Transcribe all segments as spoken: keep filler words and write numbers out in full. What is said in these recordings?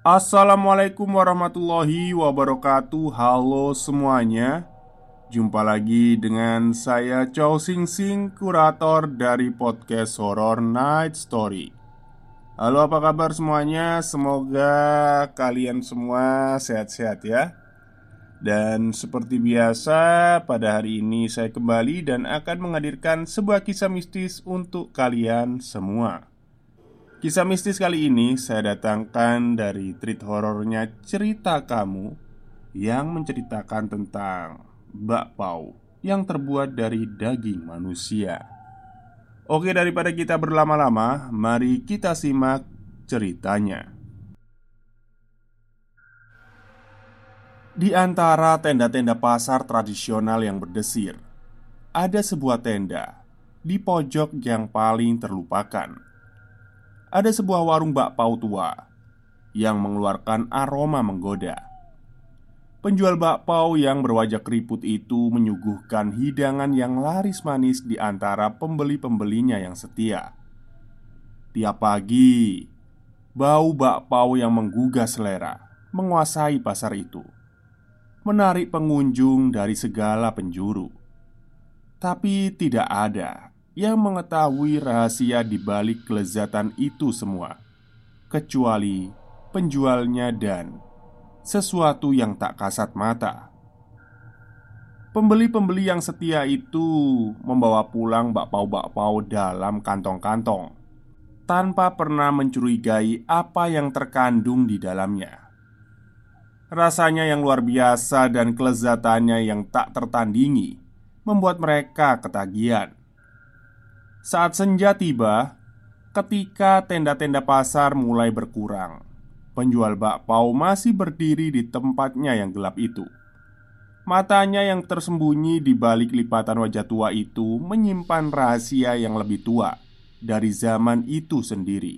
Assalamualaikum warahmatullahi wabarakatuh. Halo semuanya. Jumpa lagi dengan saya Chow Sing Sing, kurator dari podcast Horror Night Story. Halo, apa kabar semuanya? Semoga kalian semua sehat-sehat ya. Dan seperti biasa, pada hari ini saya kembali dan akan menghadirkan sebuah kisah mistis untuk kalian semua. Kisah mistis kali ini saya datangkan dari treat horornya Cerita Kamu, yang menceritakan tentang bakpao yang terbuat dari daging manusia. Oke, daripada kita berlama-lama, mari kita simak ceritanya. Di antara tenda-tenda pasar tradisional yang berdesir, ada sebuah tenda di pojok yang paling terlupakan. Ada sebuah warung bakpao tua yang mengeluarkan aroma menggoda. Penjual bakpao yang berwajah keriput itu menyuguhkan hidangan yang laris manis di antara pembeli-pembelinya yang setia. Tiap pagi, bau bakpao yang menggugah selera menguasai pasar itu, menarik pengunjung dari segala penjuru. Tapi tidak ada yang mengetahui rahasia di balik kelezatan itu semua, kecuali penjualnya dan sesuatu yang tak kasat mata. Pembeli-pembeli yang setia itu membawa pulang bakpao-bakpao dalam kantong-kantong, tanpa pernah mencurigai apa yang terkandung di dalamnya. Rasanya yang luar biasa dan kelezatannya yang tak tertandingi membuat mereka ketagihan. Saat senja tiba, ketika tenda-tenda pasar mulai berkurang, penjual bakpao masih berdiri di tempatnya yang gelap itu. Matanya yang tersembunyi di balik lipatan wajah tua itu menyimpan rahasia yang lebih tua dari zaman itu sendiri.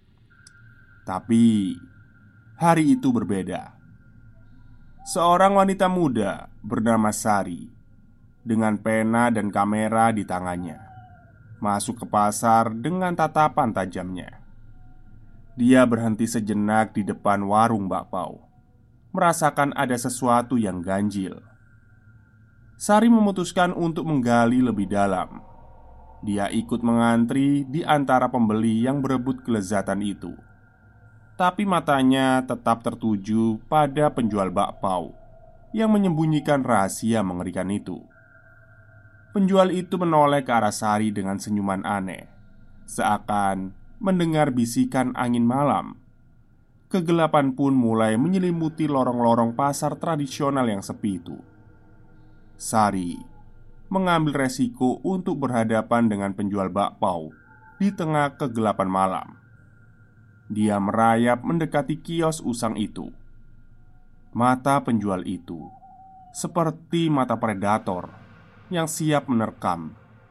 Tapi hari itu berbeda. Seorang wanita muda bernama Sari, dengan pena dan kamera di tangannya, masuk ke pasar dengan tatapan tajamnya. Dia berhenti sejenak di depan warung bakpao, merasakan ada sesuatu yang ganjil. Sari memutuskan untuk menggali lebih dalam. Dia ikut mengantri di antara pembeli yang berebut kelezatan itu. Tapi matanya tetap tertuju pada penjual bakpao yang menyembunyikan rahasia mengerikan itu. Penjual itu menoleh ke arah Sari dengan senyuman aneh, seakan mendengar bisikan angin malam. Kegelapan pun mulai menyelimuti lorong-lorong pasar tradisional yang sepi itu. Sari mengambil resiko untuk berhadapan dengan penjual bakpao di tengah kegelapan malam. Dia merayap mendekati kios usang itu. Mata penjual itu seperti mata predator yang siap menerkam.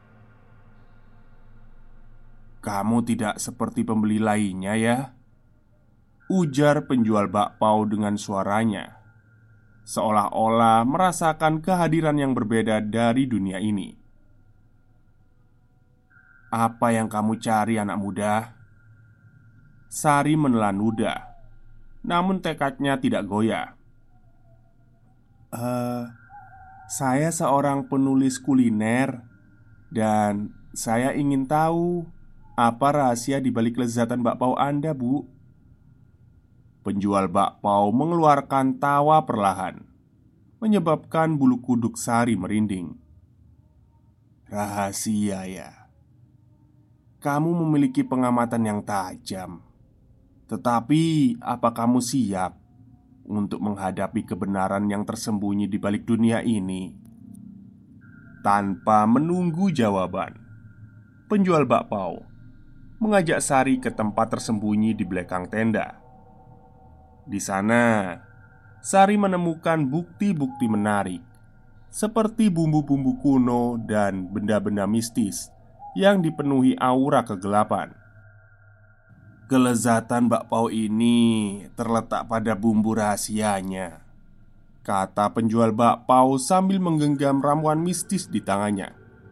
"Kamu tidak seperti pembeli lainnya ya?" ujar penjual bakpao dengan suaranya, seolah-olah merasakan kehadiran yang berbeda dari dunia ini. "Apa yang kamu cari, anak muda?" Sari menelan ludah, namun tekadnya tidak goyah. "Eh, Saya seorang penulis kuliner, dan saya ingin tahu apa rahasia di balik lezatan bakpao Anda, Bu." Penjual bakpao mengeluarkan tawa perlahan, menyebabkan bulu kuduk Sari merinding. "Rahasia ya? Kamu memiliki pengamatan yang tajam. Tetapi apa kamu siap untuk menghadapi kebenaran yang tersembunyi di balik dunia ini?" Tanpa menunggu jawaban, penjual bakpao mengajak Sari ke tempat tersembunyi di belakang tenda. Di sana, Sari menemukan bukti-bukti menarik, seperti bumbu-bumbu kuno dan benda-benda mistis yang dipenuhi aura kegelapan. "Kelezatan bakpao ini terletak pada bumbu rahasianya," kata penjual bakpao sambil menggenggam ramuan mistis di tangannya.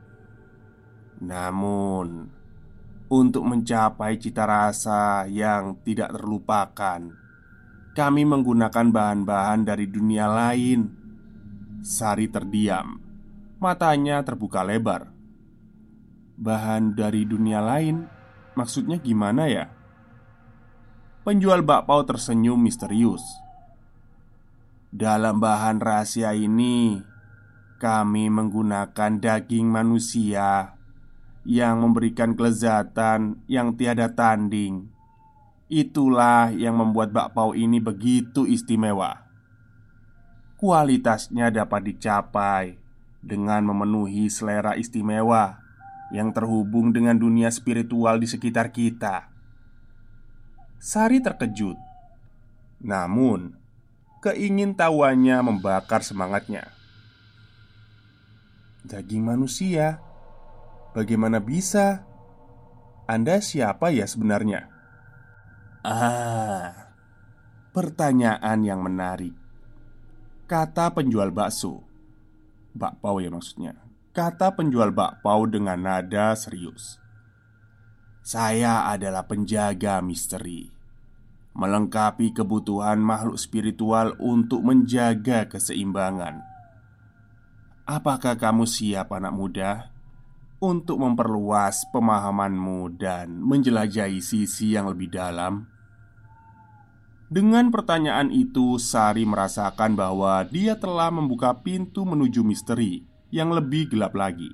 "Namun, untuk mencapai cita rasa yang tidak terlupakan, Kami menggunakan bahan-bahan dari dunia lain." Sari terdiam, matanya terbuka lebar. "Bahan dari dunia lain? Maksudnya gimana ya?" Penjual bakpao tersenyum misterius. "Dalam bahan rahasia ini, kami menggunakan daging manusia yang memberikan kelezatan yang tiada tanding. Itulah yang membuat bakpao ini begitu istimewa. Kualitasnya dapat dicapai dengan memenuhi selera istimewa yang terhubung dengan dunia spiritual di sekitar kita." Sari terkejut, namun keingintahuannya membakar semangatnya. "Daging manusia? Bagaimana bisa? Anda siapa ya sebenarnya?" "Ah, pertanyaan yang menarik," kata penjual bakso. Bakpao ya maksudnya. Kata penjual bakpao dengan nada serius. "Saya adalah penjaga misteri, melengkapi kebutuhan makhluk spiritual untuk menjaga keseimbangan. Apakah kamu siap, anak muda, untuk memperluas pemahamanmu dan menjelajahi sisi yang lebih dalam?" Dengan pertanyaan itu, Sari merasakan bahwa dia telah membuka pintu menuju misteri yang lebih gelap lagi.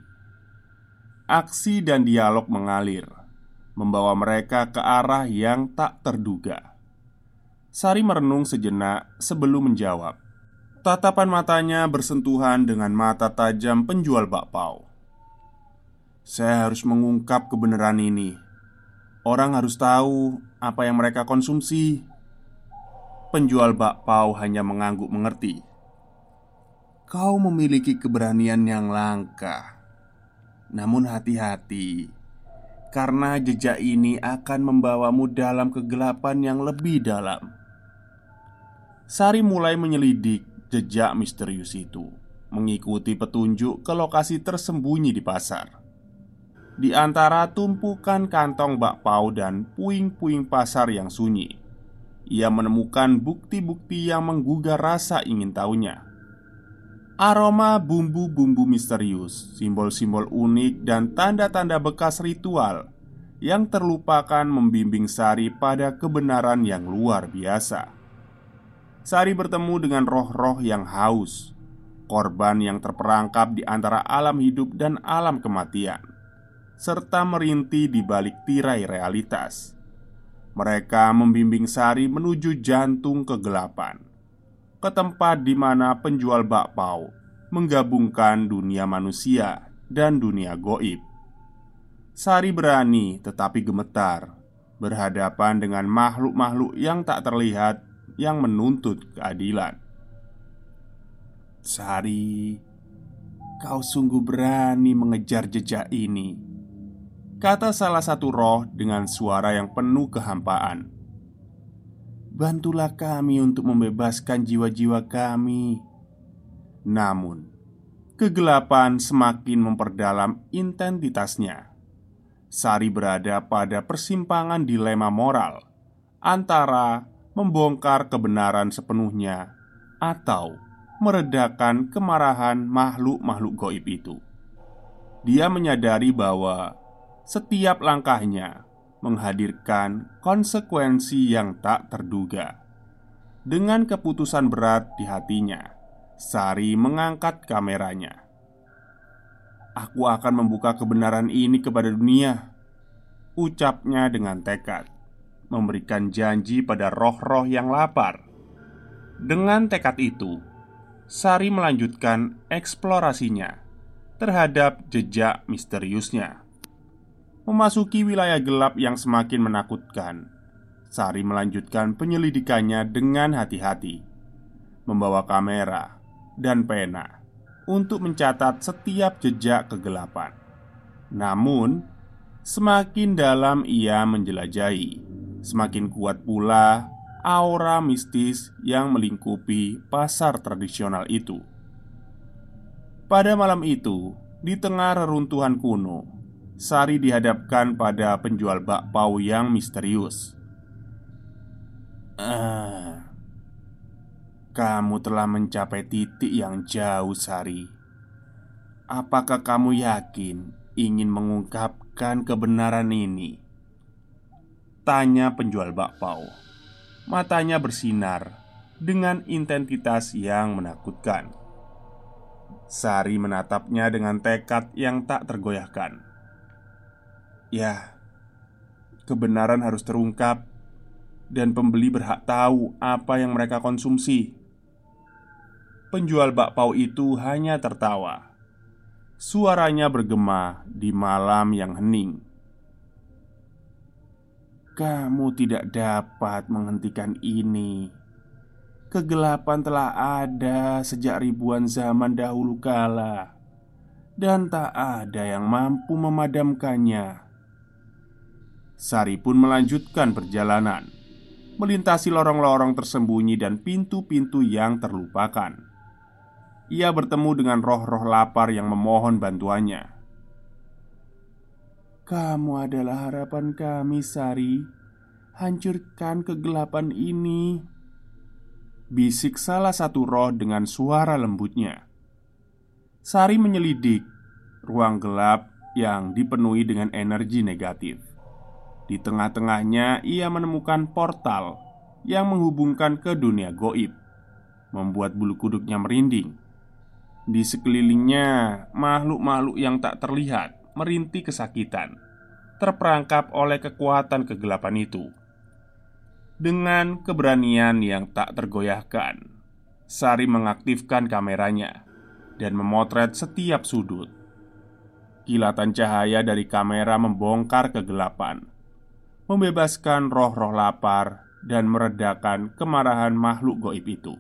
Aksi dan dialog mengalir, membawa mereka ke arah yang tak terduga. Sari merenung sejenak sebelum menjawab. Tatapan matanya bersentuhan dengan mata tajam penjual bakpao. "Saya harus mengungkap kebenaran ini. Orang harus tahu apa yang mereka konsumsi." Penjual bakpao hanya mengangguk mengerti. "Kau memiliki keberanian yang langka. Namun hati-hati, karena jejak ini akan membawamu dalam kegelapan yang lebih dalam." Sari mulai menyelidik jejak misterius itu, mengikuti petunjuk ke lokasi tersembunyi di pasar. Di antara tumpukan kantong bakpao dan puing-puing pasar yang sunyi, ia menemukan bukti-bukti yang menggugah rasa ingin tahunya. Aroma bumbu-bumbu misterius, simbol-simbol unik, dan tanda-tanda bekas ritual yang terlupakan membimbing Sari pada kebenaran yang luar biasa. Sari bertemu dengan roh-roh yang haus, korban yang terperangkap di antara alam hidup dan alam kematian, serta merintih di balik tirai realitas. Mereka membimbing Sari menuju jantung kegelapan, ke tempat di mana penjual bakpao menggabungkan dunia manusia dan dunia goib. Sari berani tetapi gemetar berhadapan dengan makhluk-makhluk yang tak terlihat yang menuntut keadilan. "Sari, kau sungguh berani mengejar jejak ini," kata salah satu roh dengan suara yang penuh kehampaan. "Bantulah kami untuk membebaskan jiwa-jiwa kami." Namun, kegelapan semakin memperdalam intensitasnya. Sari berada pada persimpangan dilema moral antara membongkar kebenaran sepenuhnya atau meredakan kemarahan makhluk-makhluk goib itu. Dia menyadari bahwa setiap langkahnya menghadirkan konsekuensi yang tak terduga. Dengan keputusan berat di hatinya, Sari mengangkat kameranya. "Aku akan membuka kebenaran ini kepada dunia," ucapnya dengan tekad, memberikan janji pada roh-roh yang lapar. Dengan tekad itu, Sari melanjutkan eksplorasinya terhadap jejak misteriusnya. Memasuki wilayah gelap yang semakin menakutkan, Sari melanjutkan penyelidikannya dengan hati-hati, membawa kamera dan pena untuk mencatat setiap jejak kegelapan. Namun, semakin dalam ia menjelajahi, semakin kuat pula aura mistis yang melingkupi pasar tradisional itu. Pada malam itu, di tengah reruntuhan kuno, Sari dihadapkan pada penjual bakpao yang misterius. "Ah, kamu telah mencapai titik yang jauh, Sari. Apakah kamu yakin ingin mengungkapkan kebenaran ini?" tanya penjual bakpao. Matanya bersinar dengan intensitas yang menakutkan. Sari menatapnya dengan tekad yang tak tergoyahkan. "Ya, kebenaran harus terungkap, dan pembeli berhak tahu apa yang mereka konsumsi." Penjual bakpao itu hanya tertawa. Suaranya bergema di malam yang hening. "Kamu tidak dapat menghentikan ini. Kegelapan telah ada sejak ribuan zaman dahulu kala, dan tak ada yang mampu memadamkannya." Sari pun melanjutkan perjalanan, melintasi lorong-lorong tersembunyi dan pintu-pintu yang terlupakan. Ia bertemu dengan roh-roh lapar yang memohon bantuannya. "Kamu adalah harapan kami, Sari. Hancurkan kegelapan ini," bisik salah satu roh dengan suara lembutnya. Sari menyelidik ruang gelap yang dipenuhi dengan energi negatif. Di tengah-tengahnya ia menemukan portal yang menghubungkan ke dunia goib, membuat bulu kuduknya merinding. Di sekelilingnya, makhluk-makhluk yang tak terlihat merintih kesakitan, terperangkap oleh kekuatan kegelapan itu. Dengan keberanian yang tak tergoyahkan, Sari mengaktifkan kameranya dan memotret setiap sudut. Kilatan cahaya dari kamera membongkar kegelapan, membebaskan roh-roh lapar dan meredakan kemarahan makhluk goib itu.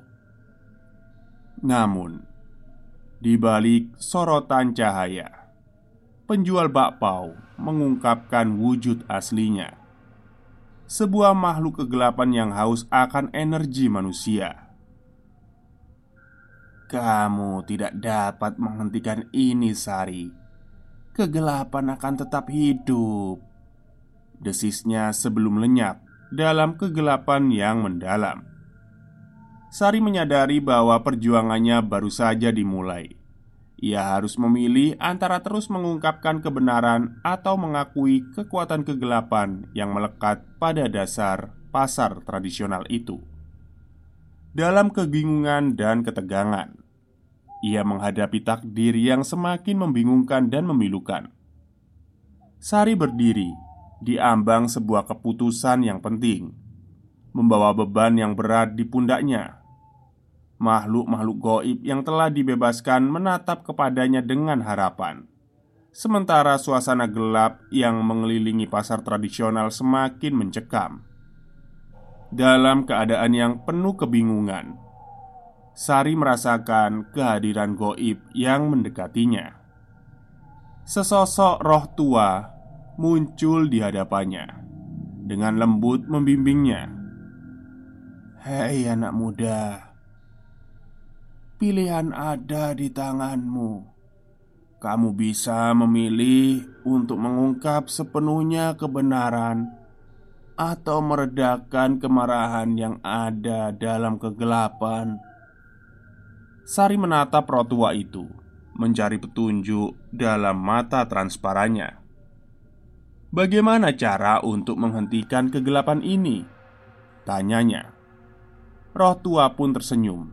Namun, di balik sorotan cahaya, penjual bakpao mengungkapkan wujud aslinya. Sebuah makhluk kegelapan yang haus akan energi manusia. "Kamu tidak dapat menghentikan ini, Sari. Kegelapan akan tetap hidup," desisnya sebelum lenyap dalam kegelapan yang mendalam. Sari menyadari bahwa perjuangannya baru saja dimulai. Ia harus memilih antara terus mengungkapkan kebenaran atau mengakui kekuatan kegelapan yang melekat pada dasar pasar tradisional itu. Dalam kebingungan dan ketegangan, ia menghadapi takdir yang semakin membingungkan dan memilukan. Sari berdiri di ambang sebuah keputusan yang penting, membawa beban yang berat di pundaknya. Makhluk-makhluk goib yang telah dibebaskan menatap kepadanya dengan harapan, sementara suasana gelap yang mengelilingi pasar tradisional semakin mencekam. Dalam keadaan yang penuh kebingungan, Sari merasakan kehadiran goib yang mendekatinya. Sesosok roh tua muncul di hadapannya, dengan lembut membimbingnya. "Hei anak muda, pilihan ada di tanganmu. Kamu bisa memilih untuk mengungkap sepenuhnya kebenaran atau meredakan kemarahan yang ada dalam kegelapan." Sari menatap roh tua itu, mencari petunjuk dalam mata transparannya. "Bagaimana cara untuk menghentikan kegelapan ini?" tanyanya. Roh tua pun tersenyum.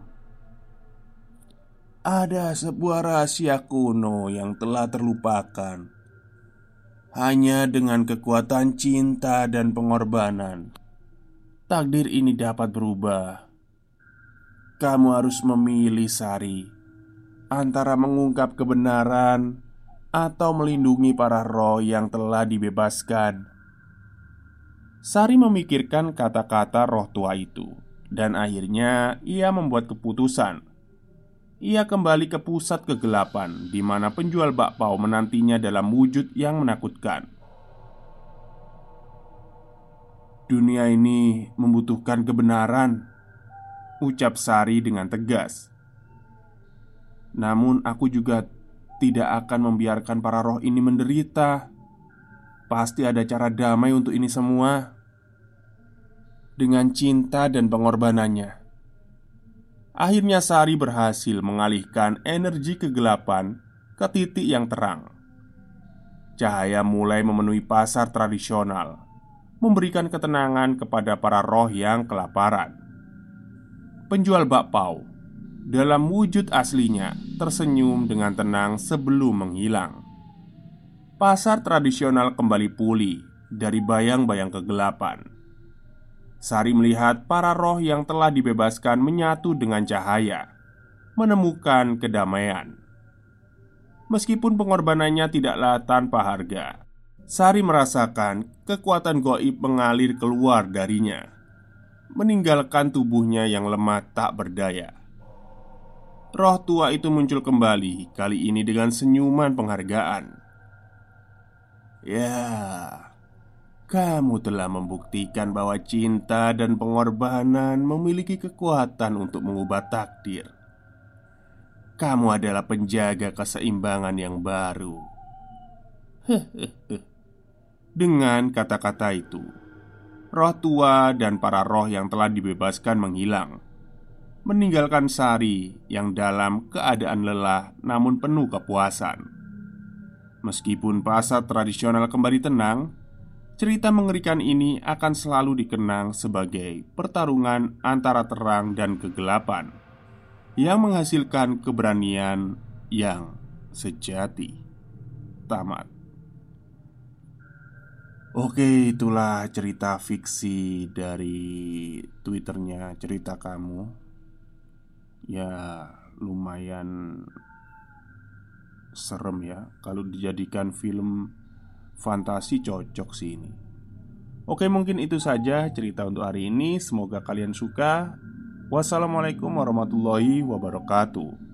"Ada sebuah rahasia kuno yang telah terlupakan. Hanya dengan kekuatan cinta dan pengorbanan, takdir ini dapat berubah. Kamu harus memilih, Sari, antara mengungkap kebenaran atau melindungi para roh yang telah dibebaskan." Sari memikirkan kata-kata roh tua itu, dan akhirnya ia membuat keputusan. Ia kembali ke pusat kegelapan, di mana penjual bakpao menantinya dalam wujud yang menakutkan. "Dunia ini membutuhkan kebenaran," ucap Sari dengan tegas. "Namun aku juga tidak akan membiarkan para roh ini menderita. Pasti ada cara damai untuk ini semua. Dengan cinta dan pengorbanannya Akhirnya Sari berhasil mengalihkan energi kegelapan ke titik yang terang. Cahaya mulai memenuhi pasar tradisional, memberikan ketenangan kepada para roh yang kelaparan. Penjual bakpao dalam wujud aslinya tersenyum dengan tenang sebelum menghilang. Pasar tradisional kembali pulih dari bayang-bayang kegelapan. Sari melihat para roh yang telah dibebaskan menyatu dengan cahaya, menemukan kedamaian. Meskipun pengorbanannya tidaklah tanpa harga, Sari merasakan kekuatan gaib mengalir keluar darinya, meninggalkan tubuhnya yang lemah tak berdaya. Roh tua itu muncul kembali, kali ini dengan senyuman penghargaan. "Ya, kamu telah membuktikan bahwa cinta dan pengorbanan memiliki kekuatan untuk mengubah takdir. Kamu adalah penjaga keseimbangan yang baru." Dengan kata-kata itu, roh tua dan para roh yang telah dibebaskan menghilang, meninggalkan Sari yang dalam keadaan lelah namun penuh kepuasan. Meskipun pasar tradisional kembali tenang, cerita mengerikan ini akan selalu dikenang sebagai pertarungan antara terang dan kegelapan yang menghasilkan keberanian yang sejati. Tamat. Oke, itulah cerita fiksi dari Twitternya Cerita Kamu. Ya, lumayan serem ya. Kalau dijadikan film fantasi cocok sih ini. Oke, mungkin itu saja cerita untuk hari ini. Semoga kalian suka. Wassalamualaikum warahmatullahi wabarakatuh.